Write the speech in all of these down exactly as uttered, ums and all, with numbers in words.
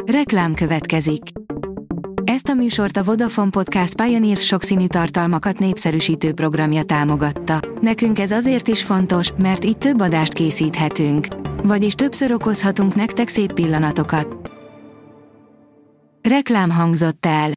Reklám következik. Ezt a műsort a Vodafone Podcast Pioneer sokszínű tartalmakat népszerűsítő programja támogatta. Nekünk ez azért is fontos, mert így több adást készíthetünk. Vagyis többször okozhatunk nektek szép pillanatokat. Reklám hangzott el.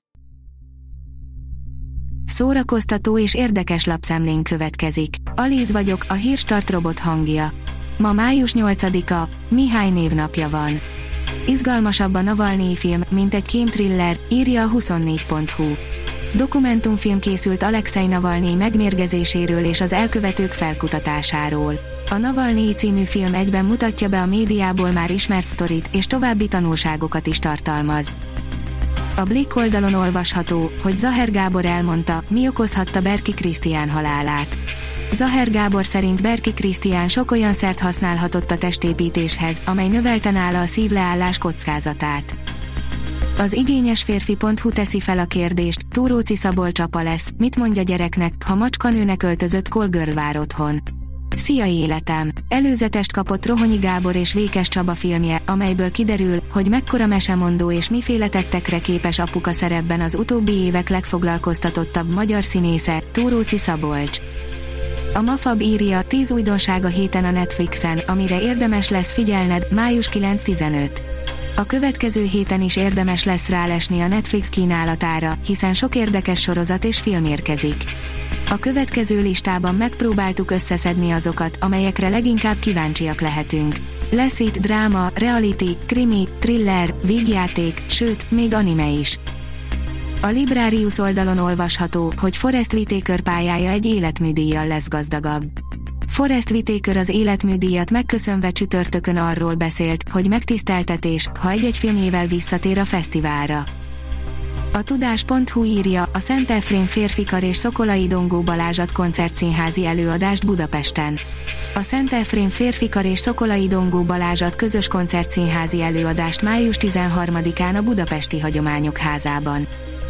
Szórakoztató és érdekes lapszemlén következik. Alíz vagyok, a Hírstart robot hangja. Ma május nyolcadika, Mihály névnapja van. Izgalmasabb a Navalnyi film, mint egy kémthriller, írja a huszonnégy pont hu. Dokumentumfilm készült Alexei Navalnyi megmérgezéséről és az elkövetők felkutatásáról. A Navalnyi című film egyben mutatja be a médiából már ismert sztorit, és további tanulságokat is tartalmaz. A Blick oldalon olvasható, hogy Zaher Gábor elmondta, mi okozhatta Berki Krisztián halálát. Zaher Gábor szerint Berki Krisztián sok olyan szert használhatott a testépítéshez, amely növelte nála a szívleállás kockázatát. Az igényesférfi pont hu teszi fel a kérdést, Túróczi Szabolcs apa lesz, mit mondja gyereknek, ha macskanőnek öltözött Call Girl vár otthon. Szia életem! Előzetest kapott Rohonyi Gábor és Vékes Csaba filmje, amelyből kiderül, hogy mekkora mesemondó és miféle tettekre képes apuka szerepben az utóbbi évek legfoglalkoztatottabb magyar színésze, Túróczi Szabolcs. A Mafab írja, tíz újdonság a héten a Netflixen, amire érdemes lesz figyelned, május kilenc-tizenöt. A következő héten is érdemes lesz rálesni a Netflix kínálatára, hiszen sok érdekes sorozat és film érkezik. A következő listában megpróbáltuk összeszedni azokat, amelyekre leginkább kíváncsiak lehetünk. Lesz itt dráma, reality, krimi, thriller, vígjáték, sőt, még anime is. A Librarius oldalon olvasható, hogy Forest Whitaker pályája egy életműdíjjal lesz gazdagabb. Forest Whitaker az életműdíjat megköszönve csütörtökön arról beszélt, hogy megtiszteltetés, ha egy-egy filmjével visszatér a fesztiválra. A tudás pont hu írja, a Szent Efrém férfikar és Szokolai Dongó Balázsat koncertszínházi előadást Budapesten. A Szent Efrém férfikar és Szokolai Dongó Balázsat közös koncertszínházi előadást május tizenharmadikán a Budapesti Hagyományok Házában.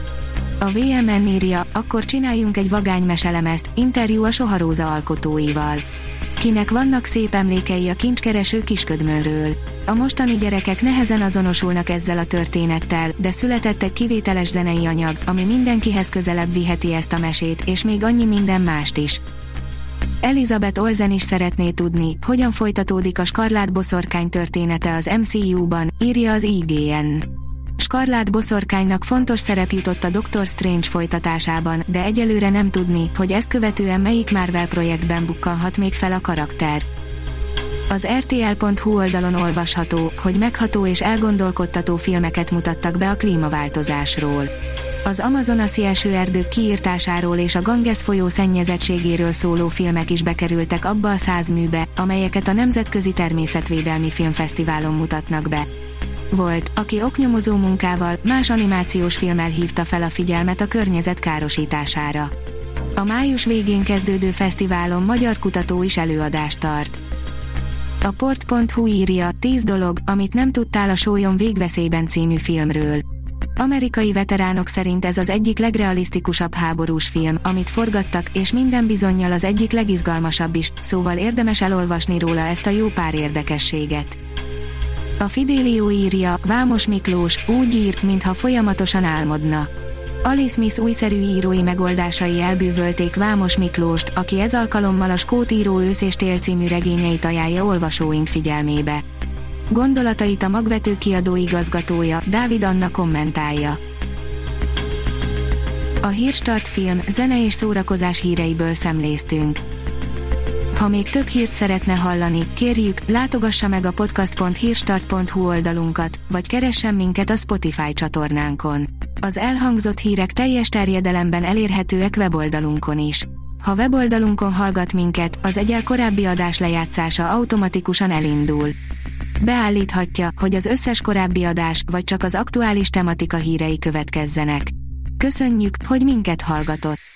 A vé em en írja, akkor csináljunk egy vagánymeselemezt, interjú a Soharóza alkotóival. Kinek vannak szép emlékei a kincskereső Kisködmönről. A mostani gyerekek nehezen azonosulnak ezzel a történettel, de született egy kivételes zenei anyag, ami mindenkihez közelebb viheti ezt a mesét, és még annyi minden mást is. Elizabeth Olsen is szeretné tudni, hogyan folytatódik a Skarlát Boszorkány története az em cé u-ban, írja az i gé en. Skarlát Boszorkánynak fontos szerep jutott a Doctor Strange folytatásában, de egyelőre nem tudni, hogy ezt követően melyik Marvel projektben bukkanhat még fel a karakter. Az er té el pont hu oldalon olvasható, hogy megható és elgondolkodtató filmeket mutattak be a klímaváltozásról. Az amazonasi esőerdők kiirtásáról és a Ganges folyó szennyezettségéről szóló filmek is bekerültek abba a száz műbe, amelyeket a Nemzetközi Természetvédelmi Filmfesztiválon mutatnak be. Volt, aki oknyomozó munkával, más animációs filmmel hívta fel a figyelmet a környezet károsítására. A május végén kezdődő fesztiválon magyar kutató is előadást tart. A port pont hu írja, tíz dolog, amit nem tudtál a Sólyom végveszélyben című filmről. Amerikai veteránok szerint ez az egyik legrealisztikusabb háborús film, amit forgattak, és minden bizonnyal az egyik legizgalmasabb is, szóval érdemes elolvasni róla ezt a jó pár érdekességet. A Fidelio írja, Vámos Miklós, úgy ír, mintha folyamatosan álmodna. Alice Smith újszerű írói megoldásai elbűvölték Vámos Miklóst, aki ez alkalommal a Skót író Ősz és tél című regényeit ajánlja olvasóink figyelmébe. Gondolatait a Magvető kiadó igazgatója, Dávid Anna kommentálja. A Hírstart film, zene és szórakozás híreiből szemléztünk. Ha még több hírt szeretne hallani, kérjük, látogassa meg a podcast pont hírstart pont hu oldalunkat, vagy keressen minket a Spotify csatornánkon. Az elhangzott hírek teljes terjedelemben elérhetőek weboldalunkon is. Ha weboldalunkon hallgat minket, az egyel korábbi adás lejátszása automatikusan elindul. Beállíthatja, hogy az összes korábbi adás, vagy csak az aktuális tematika hírei következzenek. Köszönjük, hogy minket hallgatott!